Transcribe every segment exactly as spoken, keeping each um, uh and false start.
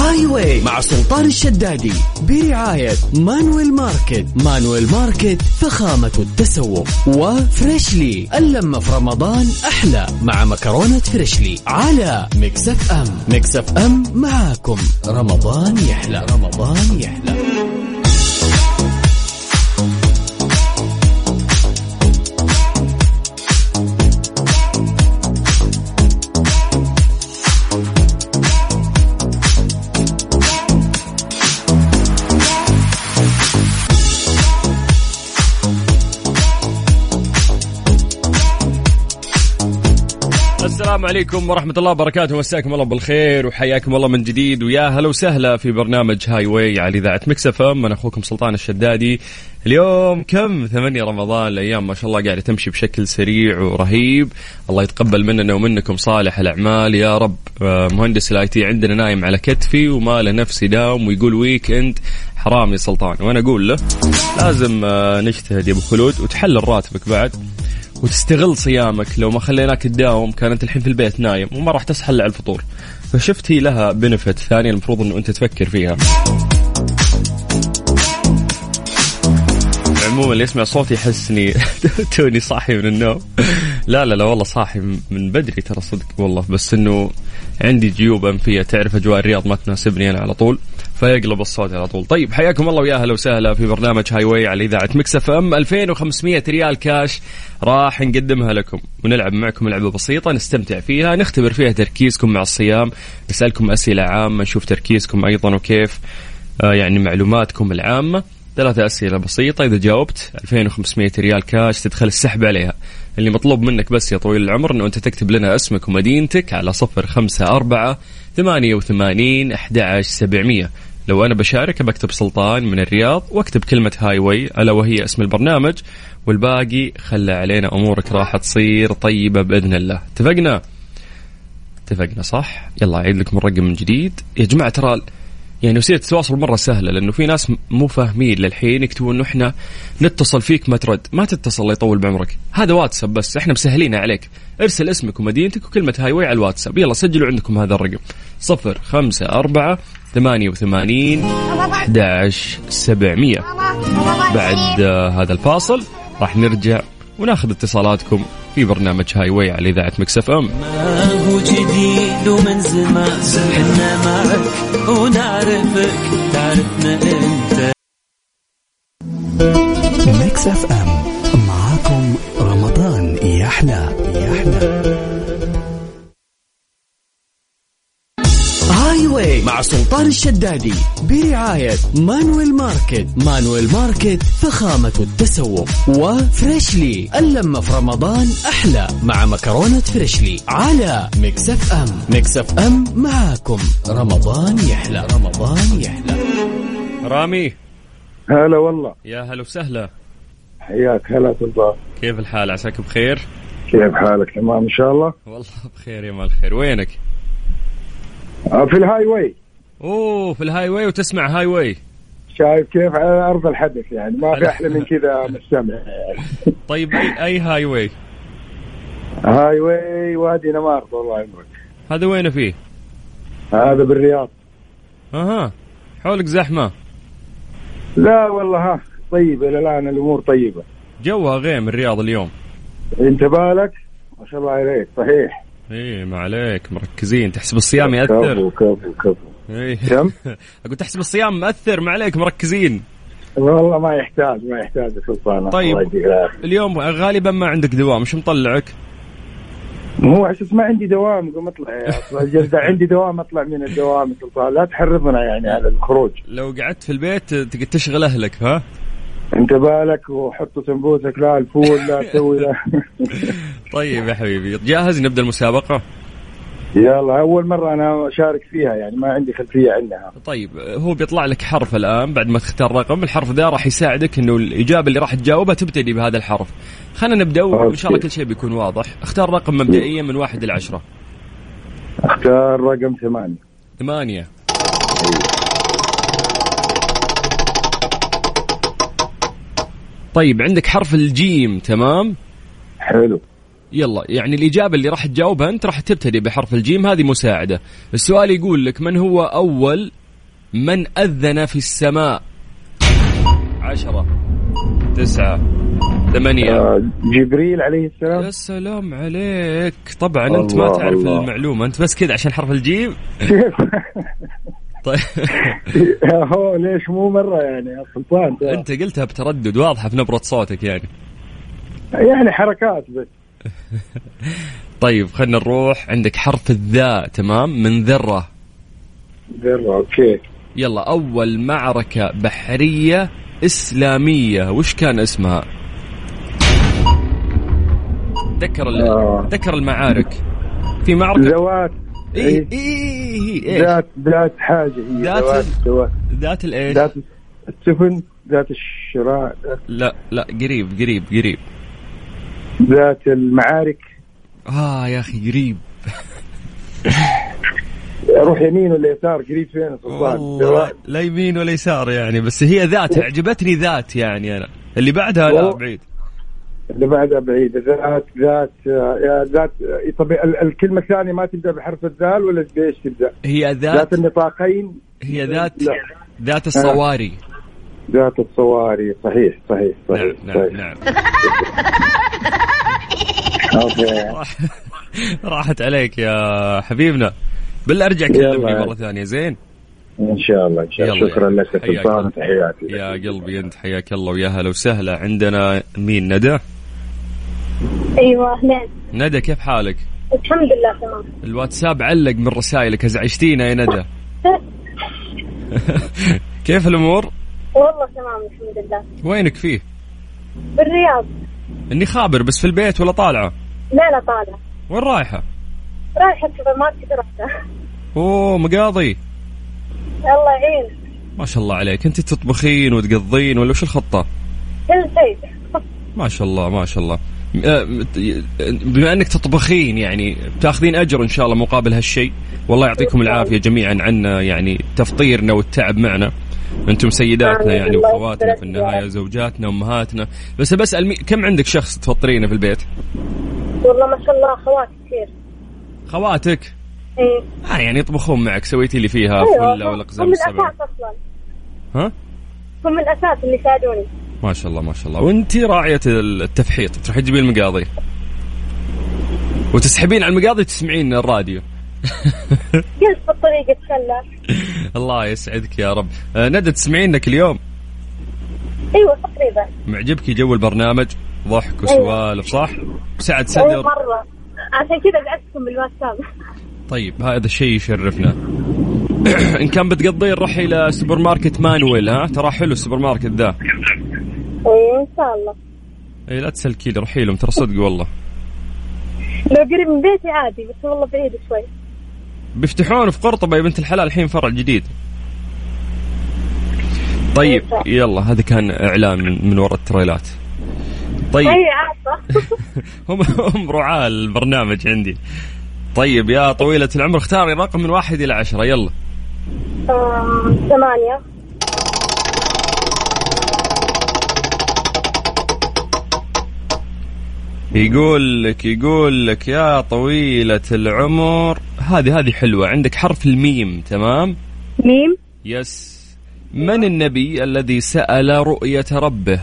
هاي واي مع سلطان الشدادي برعاية مانويل ماركت. مانويل ماركت فخامة التسوق. وفريشلي اللمة في رمضان أحلى مع مكرونة فريشلي على ميكس اف ام. ميكس اف ام معاكم رمضان يحلى. رمضان يحلى. السلام عليكم ورحمة الله وبركاته، مساكم الله بالخير وحياكم الله من جديد، ويا هلا وسهلا في برنامج هاي واي على إذاعة ميكس اف ام. أنا أخوكم سلطان الشدادي. اليوم كم ثمانية رمضان، الأيام ما شاء الله قاعدة تمشي بشكل سريع ورهيب. الله يتقبل مننا ومنكم صالح الأعمال يا رب. مهندس الاي تي عندنا نايم على كتفي وما له نفس يداوم ويقول ويك اند حرام يا سلطان، وأنا أقول له لازم نجتهد يا أبو خلود وتحلل راتبك بعد وتستغل صيامك. لو ما خليناك تداوم كانت الحين في البيت نايم وما راح تسحل على الفطور. فشفت هي لها بنفت ثانية المفروض أنه أنت تفكر فيها. عموما اللي يسمع صوتي يحسني توني صاحي من النوم. لا لا لا والله صاحي من بدري ترى صدق والله، بس إنه عندي جيوب أنفية، تعرف أجواء الرياض ما تناسبني أنا على طول فيقلب الصوت على طول. طيب حياكم الله ويا هلا وسهلا في برنامج هاي واي على إذاعة ميكس اف ام. ألفين وخمسمية ريال كاش راح نقدمها لكم ونلعب معكم لعبة بسيطة نستمتع فيها، نختبر فيها تركيزكم مع الصيام، نسألكم أسئلة عامة نشوف تركيزكم أيضا وكيف آه يعني معلوماتكم العامة. ثلاثة أسئلة بسيطة، إذا جاوبت ألفين وخمسمية ريال كاش تدخل السحب عليها. اللي مطلوب منك بس يا طويل العمر أنه أنت تكتب لنا اسمك ومدينتك على صفر خمسة أربعة ثمانية وثمانين أحد عشر سبعمية. لو أنا بشارك بكتب سلطان من الرياض واكتب كلمة هاي واي ألا وهي اسم البرنامج، والباقي خلى علينا أمورك راح تصير طيبة بإذن الله. اتفقنا؟ اتفقنا صح؟ يلا أعيد لكم الرقم من جديد يا جماعة. ترى يعني وسيلة التواصل مرة سهلة، لأنه في ناس مو فاهمين للحين يكتبوا إنه إحنا نتصل فيك ما ترد. ما تتصل الله يطول بعمرك، هذا واتساب بس إحنا مسهلينها عليك. ارسل اسمك ومدينتك وكلمة هاي واي على الواتساب. يلا سجلوا عندكم هذا الرقم صفر خمسة أربعة ثمانية وثمانين أحد عشر سبعمية. بعد هذا الفاصل راح نرجع وناخذ اتصالاتكم في برنامج هاي واي على إذاعة ميكس اف ام. ما هو جديد ومن زمان حنا معك ونعرفك تعرفنا انت. ميكس اف ام معاكم رمضان يحلى. يحلى هاي واي مع سلطان الشدادي برعاية مانويل ماركت. مانويل ماركت فخامة التسوق. وفريشلي اللمة في رمضان أحلى مع مكرونة فريشلي على ميكس اف ام. ميكس اف ام معاكم رمضان يحلى. رمضان يحلى. رامي هلا والله. يا هلا وسهلا. حياك. هلا سلطان، كيف الحال؟ عساك بخير؟ كيف حالك؟ تمام إن شاء الله. والله بخير يا مال خير. وينك؟ في الهاي واي. اوه في الهاي واي وتسمع هاي واي. شايف كيف على أرض الحدث، يعني ما في أحلى من كذا مستمع يعني. طيب أي, أي هاي واي؟ هاي واي وادي نمارض. والله يمرك. هذا وين فيه؟ هذا بالرياض. أها حولك زحمة؟ لا والله ها طيبة إلى الآن، الأمور طيبة. جوها غيم الرياض اليوم. انت بالك ما شاء الله عليك. صحيح. ايه ما عليك، مركزين. تحسب الصيام يأثر؟ كفو كفو كفو. ايه كم؟ اقول تحسب الصيام مأثر، ما عليك مركزين. والله ما يحتاج ما يحتاج سلطان. طيب اليوم غالبا ما عندك دوام، مش مطلعك؟ هو عشان ما عندي دوام قوم اطلع يا اصلا. عندي دوام اطلع من الدوام سلطان، لا تحرضنا يعني على الخروج. لو قعدت في البيت تقعد تشغل اهلك. ها انت بالك وحطوا سمبوسك لا الفول لا تسوي لا. طيب يا حبيبي جاهز نبدأ المسابقة؟ يلا أول مرة أنا أشارك فيها يعني ما عندي خلفية عنها. طيب هو بيطلع لك حرف الآن بعد ما تختار رقم. الحرف ذا راح يساعدك إنه الإجابة اللي راح تجاوبها تبتدي بهذا الحرف. خلينا نبدأ وإن شاء الله كل شيء بيكون واضح. اختار رقم مبدئيا من واحد إلى عشرة. اختار رقم ثمانية. ثمانية. طيب عندك حرف الجيم. تمام حلو. يلا يعني الإجابة اللي راح تجاوبها أنت راح تبتدي بحرف الجيم، هذه مساعدة. السؤال يقول لك من هو أول من أذن في السماء؟ عشرة، تسعة، ثمانية. آه جبريل عليه السلام. يا سلام عليك. طبعا أنت ما تعرف الله. المعلومة أنت بس كذا عشان حرف الجيم. طيب هو ليش مو مرة يعني يا سلطان؟ أنت قلتها بتردد واضحة في نبرة صوتك يعني يعني حركات بس. طيب خلنا نروح. عندك حرف الذاء تمام، من ذرة. ذرة أوكي. يلا أول معركة بحرية إسلامية وش كان اسمها؟ ذكر آه. ذكر المعارك في معركة ذوات. إيه إيه إيه ذات ذات حاجة هي ذات ذوات ذات الإيش؟ ذات السفن، ذات الشراء. لا لا قريب قريب قريب. ذات المعارك. آه يا أخي قريب. أروح يمين ولا يسار؟ قريب فين والله لا يمين ولا يسار يعني، بس هي ذات عجبتني ذات يعني أنا. اللي بعدها لا بعيد. اللي بعدها بعيد. ذات ذات ذات. طب الكلمة الثانية ما تبدأ بحرف الذال ولا بإيش تبدأ؟ هي ذات ذات النطاقين. هي ذات لا. ذات الصواري. ذات الصواري. صحيح صحيح صحيح. نعم صحيح. نعم, نعم. راحت عليك يا حبيبنا. بالله ارجع كلمني مرة ثانية. زين إن شاء الله إن شاء الله. شكرا لك سلطان. تحياتي يا قلبي. أنت حياك الله ويا هلا وسهلا. عندنا مين؟ ندى. أيوة أهلين ندى، كيف حالك؟ الحمد لله تمام. الواتساب علق من رسائلك، ازعجتينا يا ندى. كيف الأمور؟ والله تمام الحمد لله. وينك فيه؟ بالرياض. إني خابر بس في البيت ولا طالعة؟ لا لا طالعة. وين رايحة؟ رايحة السوبر ماركت رحتها. أوه مقاضي. الله يعين. ما شاء الله عليك. أنت تطبخين وتقضين ولا وش الخطة؟ كل شيء. ما شاء الله ما شاء الله. بما أنك تطبخين يعني بتاخذين أجر إن شاء الله مقابل هالشيء. والله يعطيكم العافية جميعا عنا يعني تفطيرنا والتعب معنا. أنتم سيداتنا يعني وخواتنا في النهاية، زوجاتنا أمهاتنا. بس بسأل كم عندك شخص تفطرينه في البيت؟ والله ما شاء الله خوات كثير. خواتك؟ إيه. آه يعني يطبخون معك، سويتي لي فيها أيوة. فلة ولا قزام السبع؟ هم الأساس أصلا. ها؟ هم الأساس اللي ساعدوني. ما شاء الله ما شاء الله. وانتي راعية التفحيط، تروحي تجيبين المقاضي وتسحبين على المقاضي تسمعين الراديو. جلس في الطريق اتسلى. الله يسعدك يا رب. آه ندى تسمعينك اليوم؟ ايوه تقريبا. معجبك جو البرنامج؟ ضحك وسوالف صح؟ سعد صدر. أيوة مرة، عشان كذا قعدتكم بالواتساب. طيب هذا الشيء يشرفنا. إن كان بتقضي نروح إلى سوبر ماركت مانويل. ها ترى حلو السوبر ماركت ذا. إيه إن شاء الله. إيه لا تسلكي لي، روحي لهم ترى صدق والله. لو قريب من بيتي عادي بس والله بعيد شوي. بيفتحون في قرطبة يا بنت الحلال الحين فرع جديد. طيب يلا هذا كان إعلان من, من وراء التريلات. طيب أي عارفة. هم هم رعاة البرنامج عندي. طيب يا طويلة العمر اختاري رقم من واحد إلى عشرة. يلا. ثمانية. يقول لك يقول لك يا طويلة العمر هذه هذه حلوة. عندك حرف الميم تمام؟ ميم. يس. من النبي الذي سأل رؤية ربه؟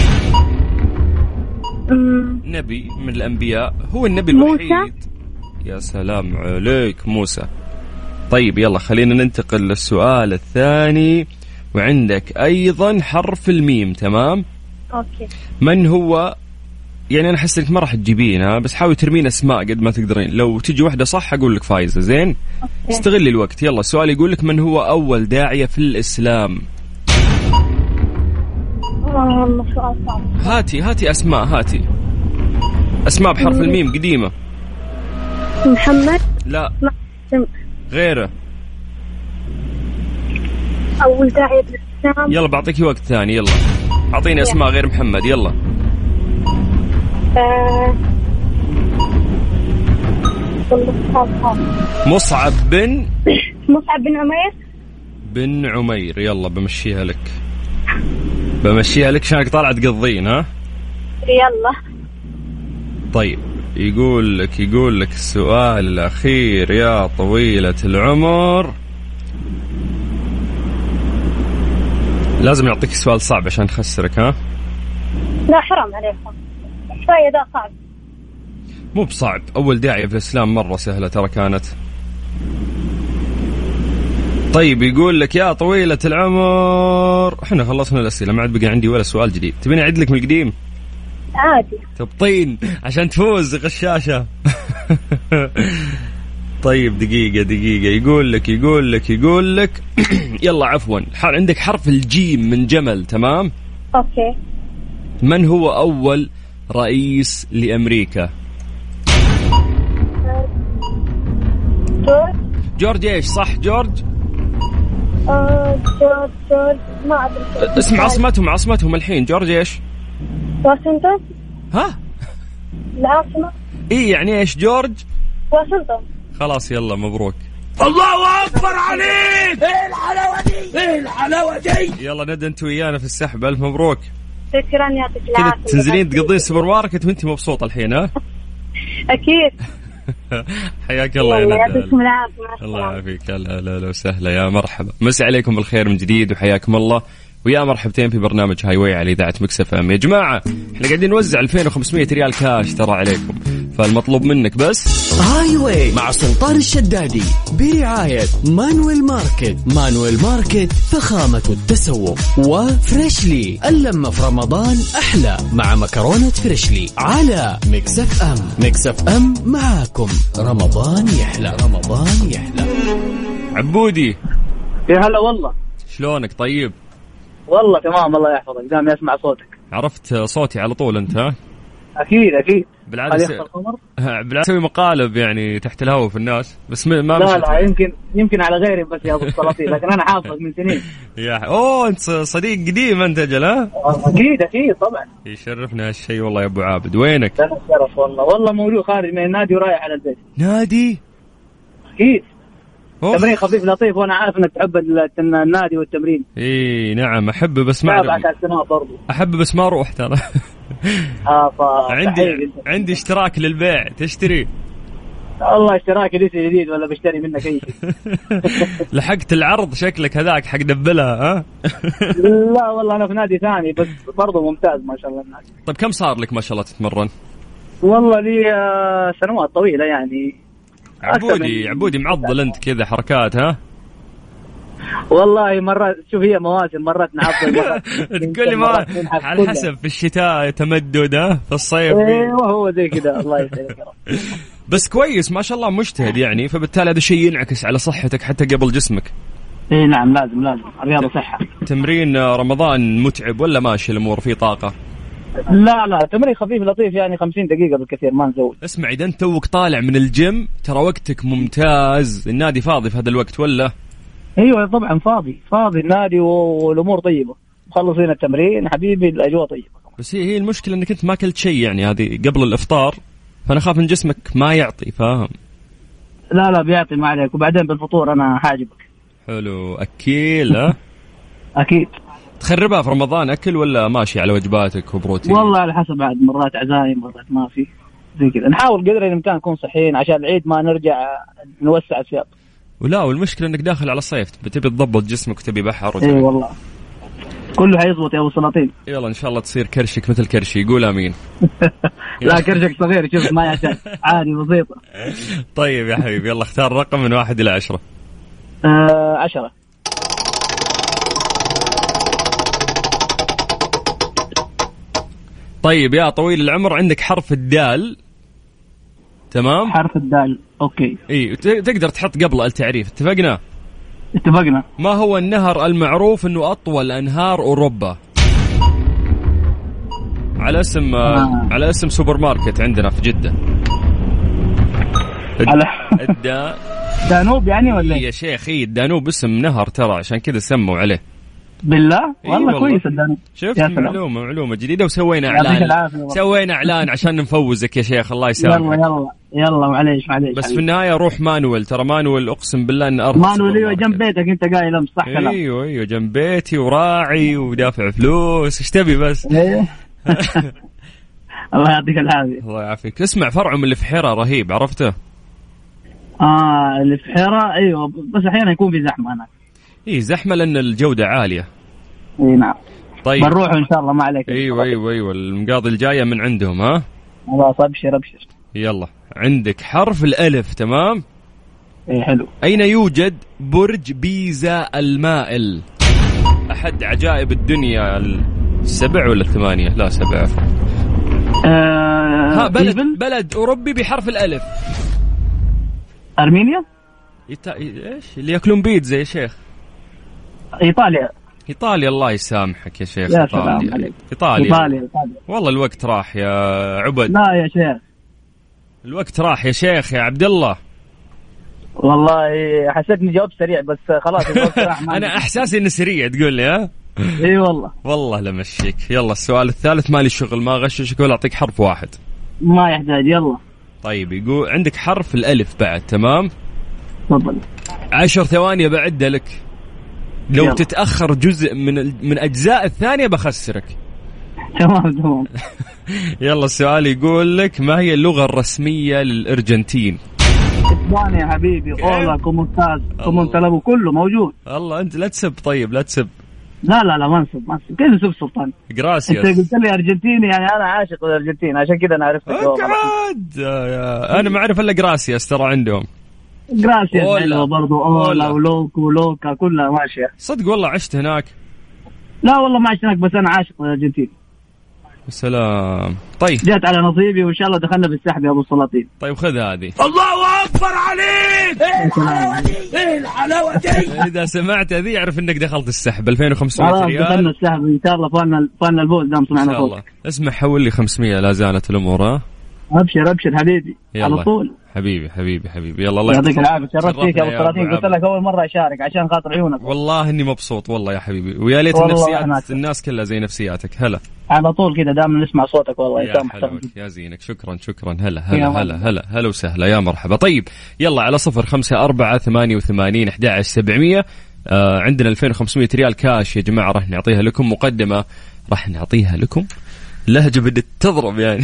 مم. نبي من الأنبياء، هو النبي الوحيد. موسى. يا سلام عليك موسى. طيب يلا خلينا ننتقل للسؤال الثاني. وعندك أيضا حرف الميم تمام؟ أوكي. من هو، يعني أنا أحس إنك ما راح تجيبينها بس حاول ترمين أسماء قد ما تقدرين. لو تجي واحدة صح أقول لك فايزة. زين؟ أوكي. استغلي الوقت. يلا السؤال يقول لك من هو أول داعية في الإسلام؟ والله سؤال صعب. هاتي هاتي أسماء، هاتي أسماء بحرف مم. الميم قديمة. محمد. لا لا. غيره. أول داعية بالإسلام. يلا بعطيك وقت ثاني. يلا أعطيني أسماء غير محمد. يلا. آه. مصعب بن مصعب بن عمير. بن عمير. يلا بمشيها لك بمشيها لك شانك طالعة تقضين. ها يلا. طيب يقول لك يقول لك السؤال الأخير يا طويلة العمر. لازم يعطيك سؤال صعب عشان نخسرك. ها لا حرام عليكم، شوية ده صعب. مو بصعب، أول داعية في الإسلام مرة سهلة ترى كانت. طيب يقول لك يا طويلة العمر، احنا خلصنا الأسئلة ما عاد بقى عندي ولا سؤال جديد. تبيني أعيد لك من القديم؟ عادي. تبطين عشان تفوز غشاشة. طيب دقيقة دقيقة، يقول لك يقول لك يقول لك يلا عفوا، عندك حرف الجيم من جمل، تمام؟ اوكي. من هو أول رئيس لأمريكا؟ جورج. جورج ايش؟ صح جورج. آه جورج جورج ما أدري. اسم عاصمتهم عاصمتهم الحين جورج ايش؟ واشنطن. ها؟ العاصمة. ايه يعني ايش جورج؟ واشنطن. خلاص يلا مبروك. الله أكبر عليك. ايه الحلاوة دي، ايه الحلاوة دي. يلا ندى انت ويانا في السحب، الف مبروك. شكرا يعطيك كذا العافية. تنزلين تقضين السوبر ماركت وانت مبسوطة الحين. ها أكيد. حياك الله يا ندى. يعطيكم العافية. الله يعافيك. لا لا لا سهلة. يا مرحبا، مسي عليكم بالخير من جديد وحياكم الله ويا مرحبتين في برنامج هاي واي على إذاعة مكس اف ام. يا جماعة احنا قاعدين نوزع ألفين وخمسمية ريال كاش ترى عليكم، فالمطلوب منك بس هاي واي مع سلطان الشدادي برعاية مانويل ماركت. مانويل ماركت فخامة التسوق، وفريشلي اللمة في رمضان أحلى مع مكرونة فريشلي على مكس اف ام. مكس اف ام معاكم رمضان يحلى، رمضان يحلى. عبودي يا هلا والله، شلونك؟ طيب والله تمام الله يحفظك، دام يسمع صوتك. عرفت صوتي على طول انت؟ ها اكيد اكيد. بالعاده س... بالعاده اسوي مقالب يعني تحت الهواء في الناس، بس ما ما لا لا يمكن يمكن على غيري بس يا ابو السلاطين، لكن انا حافظ من سنين. يا اوه انت صديق قديم انت اجل. ها اكيد اكيد طبعا. يشرفنا هالشيء والله يا ابو عابد. وينك؟ انا شرف والله، والله موجود خارج من النادي ورايح على البيت. نادي؟ اكيد. أوه. تمرين خفيف لطيف، وانا عارف انك تحب النادي والتمرين. اي نعم احبه بس ما برضو احبه بس ما اروح ترى. اه عندي عندي اشتراك للبيع، تشتري؟ والله اشتراك لسه جديد ولا بشتري منك اي شيء. لحقت العرض شكلك هذاك حق دبلها. ها لا والله انا في نادي ثاني بس برضو ممتاز ما شاء الله النادي. طيب كم صار لك ما شاء الله تتمرن؟ والله لي سنوات طويله يعني. عبودي عبودي معضل انت كذا حركات. ها والله مرات شوف هي مواسم، مرات نعطل مرات تقول لي ما على حسب، في الشتاء تمدد، ها في الصيف ايوه هو زي كذا. الله يسعدك. بس كويس ما شاء الله مجتهد يعني، فبالتالي هذا شيء ينعكس على صحتك حتى قبل جسمك. اي نعم لازم لازم الرياضه صحه. تمرين رمضان متعب ولا ماشي الامور فيه طاقه؟ لا لا تمرين خفيف لطيف يعني خمسين دقيقة بالكثير ما نزود. اسمع إذا أنت توك طالع من الجيم ترى وقتك ممتاز، النادي فاضي في هذا الوقت ولا؟ أيوة طبعا فاضي فاضي النادي والأمور طيبة، مخلصين التمرين حبيبي الأجواء طيبة. بس هي هي المشكلة أنك أنت ما أكلت شيء يعني هذه قبل الإفطار، فأنا خاف من جسمك ما يعطي، فاهم؟ لا لا بيعطي ما عليك، وبعدين بالفطور أنا حاجبك. حلو أكيل. ها أكيد. تخربها في رمضان أكل ولا ماشي على وجباتك وبروتين؟ والله على حسب، بعد مرات عزايم مرات ما في زي كذا، نحاول قدر الإمكان نكون صحيين عشان العيد ما نرجع نوسع الثياب. ولا والمشكلة أنك داخل على صيف تبي تضبط جسمك وتبي بحر. إيه والله كله حيضبط يا أبو السلاطين. يلا إن شاء الله تصير كرشك مثل كرشي، يقول آمين. لا كرشك صغير شوف ما يحتاج عادي بسيطة. طيب يا حبيبي يلا اختار رقم من واحد إلى عشرة. آه عشرة. طيب يا طويل العمر عندك حرف الدال، تمام؟ حرف الدال أوكي. إيه تقدر تحط قبله التعريف، اتفقنا؟ اتفقنا. ما هو النهر المعروف إنه أطول أنهار أوروبا؟ على اسم آه. على اسم سوبر ماركت عندنا في جدة. على الدا دانوب يعني ولا إيه يا شيخ؟ إيه الدانوب اسم نهر ترى عشان كذا سموا عليه. بالله والله إيه كويس الدانوب. شفت معلومة معلومة جديدة، وسوينا إعلان سوينا إعلان عشان نفوزك يا شيخ الله يسامحك. يلا يلا يلا معليش معليش. بس في النهاية روح مانويل، ترى مانويل أقسم بالله إن أرخص. مانويل أيوة جنب بيتك أنت قايل أمس صح كلام. أيوة أيوة جنب بيتي وراعي ودافع فلوس، إيش تبي بس؟ الله يعطيك العافية. الله يعافيك. اسمع فرعه من اللي في حيرة رهيب، عرفته؟ آه اللي في حيرة أيوة، بس أحيانا يكون في زحمة هناك. إيه زحمة لأن الجودة عالية. اي نعم. طيب بنروح ان شاء الله ما عليك. ايوه ايوه ايوه المقاضي الجايه من عندهم ها. خلاص ابشر ابشر. يلا عندك حرف الالف تمام. اي حلو. اين يوجد برج بيزا المائل؟ احد عجائب الدنيا السبع ولا الثمانيه؟ لا سبع عفوا. آه ها بلد إيبل؟ بلد اوروبي بحرف الالف. ارمينيا. إيتا... ايش اللي ياكلون بيتزا يا شيخ؟ ايطاليا. ايطاليا الله يسامحك يا شيخ. يا ايطاليا سلام عليك. ايطاليا ايطاليا ايطاليا. والله الوقت راح يا عبد. لا يا شيخ الوقت راح يا شيخ يا عبد الله. والله حسيتني جواب سريع بس خلاص. انا احساسي انه سريع تقول لي ها. اي والله والله لمشيك. يلا السؤال الثالث مالي شغل ما غششك ولا اعطيك حرف واحد. ما يحتاج يلا. طيب يقول عندك حرف الالف بعد تمام. تفضل. عشر ثواني بعد لك. لو يلا. تتأخر جزء من من أجزاء الثانية بخسرك. تمام تمام. يلا السؤال يقول لك ما هي اللغة الرسمية للأرجنتين؟ اسبانيا يا حبيبي. اولا كومونتاز كومونتالابو كله موجود. الله أنت لا تسب. طيب لا تسب. لا لا لا ما نسب ما نسب. كيف نسب سلطان؟ جراسياس. انت قلت لي أرجنتيني يعني أنا عاشق للأرجنتين عشان كذا أنا عرفت. أكاد أنا ما أعرف إلا جراسياس ترى عندهم. جراسياس حلوة برضو. أولا ولوكو ولوكا كلها ماشية. صدق والله عشت هناك. لا والله ما عشت هناك بس أنا عاشق للأرجنتين. سلام. طيب جات على نصيبي وإن شاء الله دخلنا في السحب يا أبو السلاطين. طيب خذ هذه. الله أكبر عليك. إيه الحلاوة دي إيه الحلاوة دي. إذا سمعت هذه يعرف إنك دخلت السحب. ألفين وخمسمية ريال. دخلنا السحب إن شاء الله. فانا فانا الفوز دام سمعنا صوتك. اسمع حول لي خمسمية لا زالت الأمور ها. أبشر أبشر حبيبي على طول. حبيبي حبيبي حبيبي يلا الله يعطيك العافية. شرفت فيك يا أبو السلاطين. قلت لك أول مرة أشارك عشان خاطر عيونك. والله إني مبسوط والله يا حبيبي ويا ليت نفسيات الناس كلها زي نفسياتك. هلا على طول كذا دائما نسمع صوتك والله يا حلوك يا زينك. شكرا شكرا. هلا هلا هلا هلا هلا وسهلا يا مرحبا. طيب يلا على صفر خمسة أربعة ثمانية وثمانين أحد عشر سبعمية. آه عندنا ألفين وخمسمية ريال كاش يا جماعة راح نعطيها لكم. مقدمة راح نعطيها لكم. لهجة بدت تضرب يعني.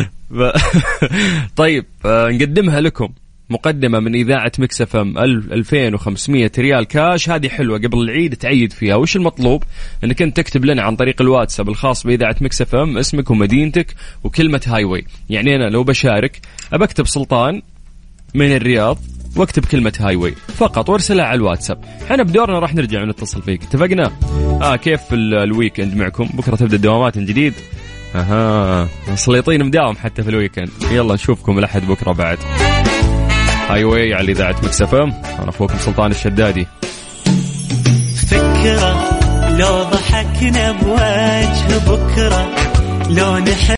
طيب آه نقدمها لكم مقدمة من إذاعة ميكس اف ام. ألفين وخمسمية ريال كاش. هذه حلوة قبل العيد تعيد فيها. وش المطلوب؟ انك انت تكتب لنا عن طريق الواتساب الخاص بإذاعة ميكس اف ام اسمك ومدينتك وكلمة هاي واي. يعني انا لو بشارك أبكتب سلطان من الرياض واكتب كلمة هاي واي فقط وارسلها على الواتساب. احنا بدورنا راح نرجع ونتصل فيك. اتفقنا؟ اه كيف الويكند معكم؟ بكرة تبدأ دوامات جديد. اها سليطين مداوم حتى في الويكند. يلا نشوفكم الأحد بكرة بعد. هاي واي على إذاعة ميكس اف ام. أنا أخوكم سلطان الشدادي. فكرة لو ضحكنا بوجه بكرة لو نحب